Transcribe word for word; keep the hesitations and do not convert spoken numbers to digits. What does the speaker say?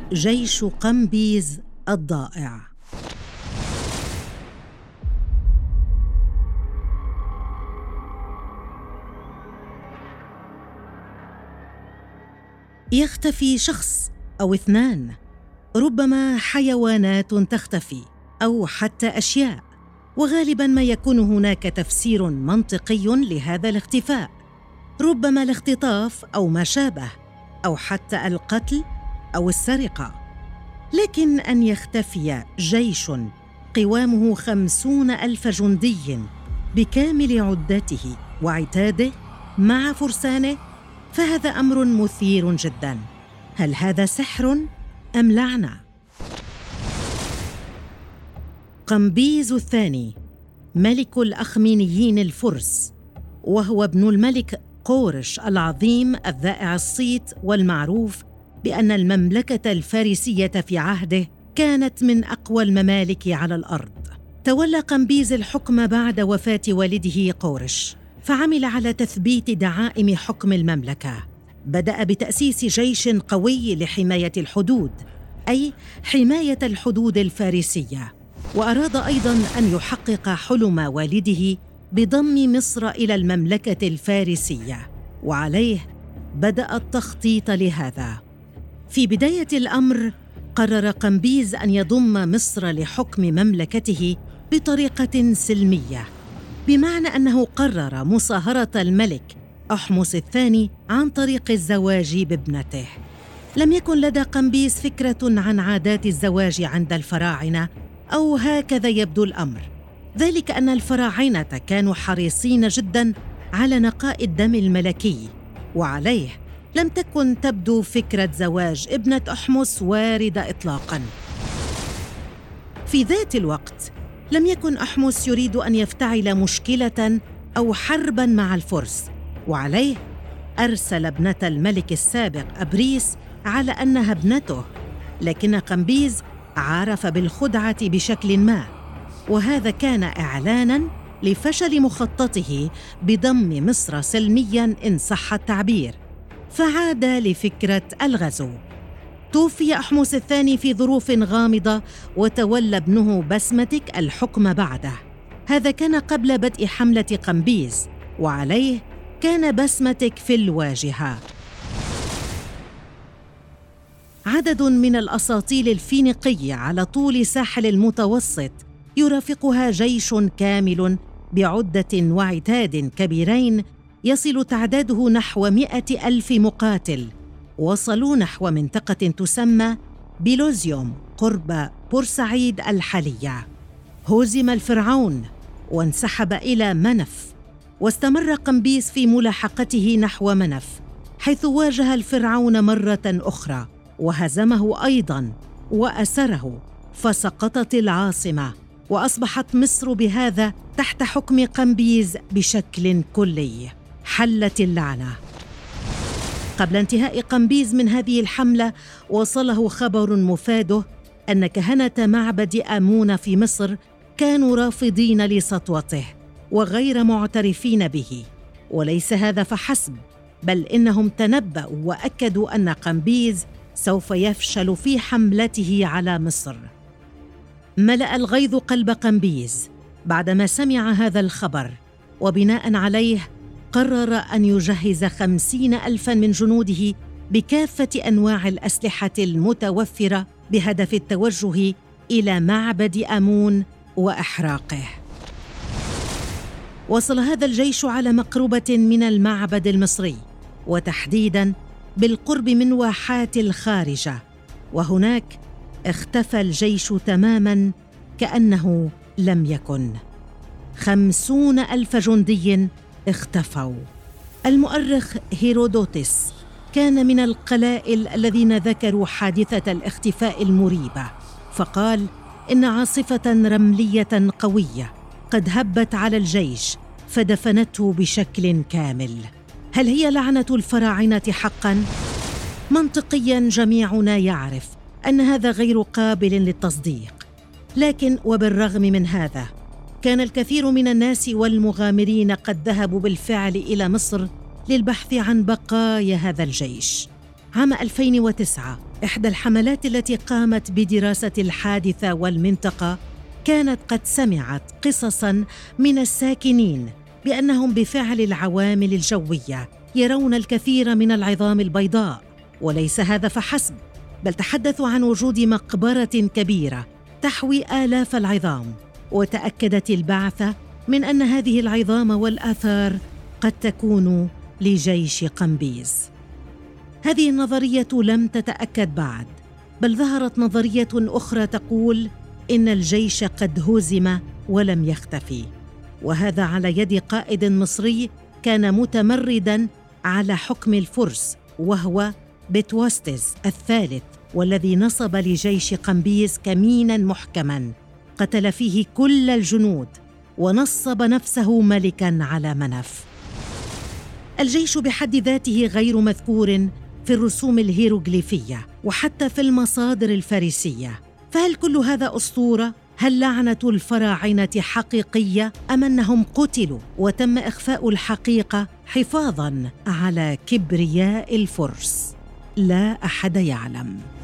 جيش قمبيز الضائع. يختفي شخص أو اثنان، ربما حيوانات تختفي أو حتى أشياء، وغالباً ما يكون هناك تفسير منطقي لهذا الاختفاء، ربما الاختطاف أو ما شابه، أو حتى القتل أو السرقة. لكن أن يختفي جيش قوامه خمسون ألف جندي بكامل عدته وعتاده مع فرسانه، فهذا أمر مثير جداً. هل هذا سحر أم لعنة؟ قمبيز الثاني ملك الأخمينيين الفرس، وهو ابن الملك قورش العظيم الذائع الصيت، والمعروف بأن المملكة الفارسية في عهده كانت من أقوى الممالك على الأرض. تولى قمبيز الحكم بعد وفاة والده قورش، فعمل على تثبيت دعائم حكم المملكة. بدأ بتأسيس جيش قوي لحماية الحدود، أي حماية الحدود الفارسية، وأراد أيضاً أن يحقق حلم والده بضم مصر إلى المملكة الفارسية، وعليه بدأ التخطيط لهذا. في بداية الأمر قرر قمبيز أن يضم مصر لحكم مملكته بطريقة سلمية، بمعنى أنه قرر مصاهرة الملك أحمس الثاني عن طريق الزواج بابنته. لم يكن لدى قمبيز فكرة عن عادات الزواج عند الفراعنة، أو هكذا يبدو الأمر، ذلك أن الفراعنة كانوا حريصين جداً على نقاء الدم الملكي، وعليه لم تكن تبدو فكرة زواج ابنة أحمس واردة إطلاقاً. في ذات الوقت لم يكن أحمس يريد أن يفتعل مشكلة أو حرباً مع الفرس، وعليه أرسل ابنة الملك السابق أبريس على أنها ابنته، لكن قمبيز عرف بالخدعة بشكل ما، وهذا كان إعلاناً لفشل مخططه بضم مصر سلمياً إن صح التعبير، فعاد لفكرة الغزو. توفي أحمس الثاني في ظروف غامضة، وتولى ابنه بسمتك الحكم بعده. هذا كان قبل بدء حملة قمبيز، وعليه كان بسمتك في الواجهة. عدد من الأساطيل الفينيقية على طول ساحل المتوسط يرافقها جيش كامل بعدة وعتاد كبيرين، يصل تعداده نحو مئة ألف مقاتل. وصلوا نحو منطقة تسمى بيلوزيوم قرب بورسعيد الحالية. هزم الفرعون وانسحب إلى منف، واستمر قمبيز في ملاحقته نحو منف، حيث واجه الفرعون مرة أخرى وهزمه أيضاً وأسره، فسقطت العاصمة، وأصبحت مصر بهذا تحت حكم قمبيز بشكل كلي. حلت اللعنة. قبل انتهاء قمبيز من هذه الحملة، وصله خبر مفاده أن كهنة معبد آمون في مصر كانوا رافضين لسطوته وغير معترفين به. وليس هذا فحسب، بل إنهم تنبأوا وأكدوا أن قمبيز سوف يفشل في حملته على مصر. ملأ الغيظ قلب قمبيز بعدما سمع هذا الخبر، وبناء عليه قرر أن يجهز خمسين ألفاً من جنوده بكافة أنواع الأسلحة المتوفرة بهدف التوجه إلى معبد آمون وإحراقه. وصل هذا الجيش على مقربة من المعبد المصري، وتحديداً بالقرب من واحات الخارجة، وهناك اختفى الجيش تماماً كأنه لم يكن. خمسون ألف جندي اختفوا. المؤرخ هيرودوتس كان من القلائل الذين ذكروا حادثة الاختفاء المريبة، فقال إن عاصفة رملية قوية قد هبت على الجيش فدفنته بشكل كامل. هل هي لعنة الفراعنة حقاً؟ منطقياً جميعنا يعرف أن هذا غير قابل للتصديق، لكن وبالرغم من هذا كان الكثير من الناس والمغامرين قد ذهبوا بالفعل إلى مصر للبحث عن بقايا هذا الجيش. عام ألفين وتسعة إحدى الحملات التي قامت بدراسة الحادثة والمنطقة كانت قد سمعت قصصاً من الساكنين بأنهم بفعل العوامل الجوية يرون الكثير من العظام البيضاء. وليس هذا فحسب، بل تحدثوا عن وجود مقبرة كبيرة تحوي آلاف العظام، وتأكدت البعثة من أن هذه العظام والآثار قد تكون لجيش قمبيز. هذه النظرية لم تتأكد بعد، بل ظهرت نظرية أخرى تقول إن الجيش قد هزم ولم يختفي، وهذا على يد قائد مصري كان متمرداً على حكم الفرس، وهو بتوستز الثالث، والذي نصب لجيش قمبيز كميناً محكماً قتل فيه كل الجنود ونصب نفسه ملكاً على منف. الجيش بحد ذاته غير مذكور في الرسوم الهيروغليفية وحتى في المصادر الفارسية، فهل كل هذا أسطورة؟ هل لعنة الفراعنة حقيقية أم أنهم قتلوا وتم إخفاء الحقيقة حفاظاً على كبرياء الفرس؟ لا أحد يعلم.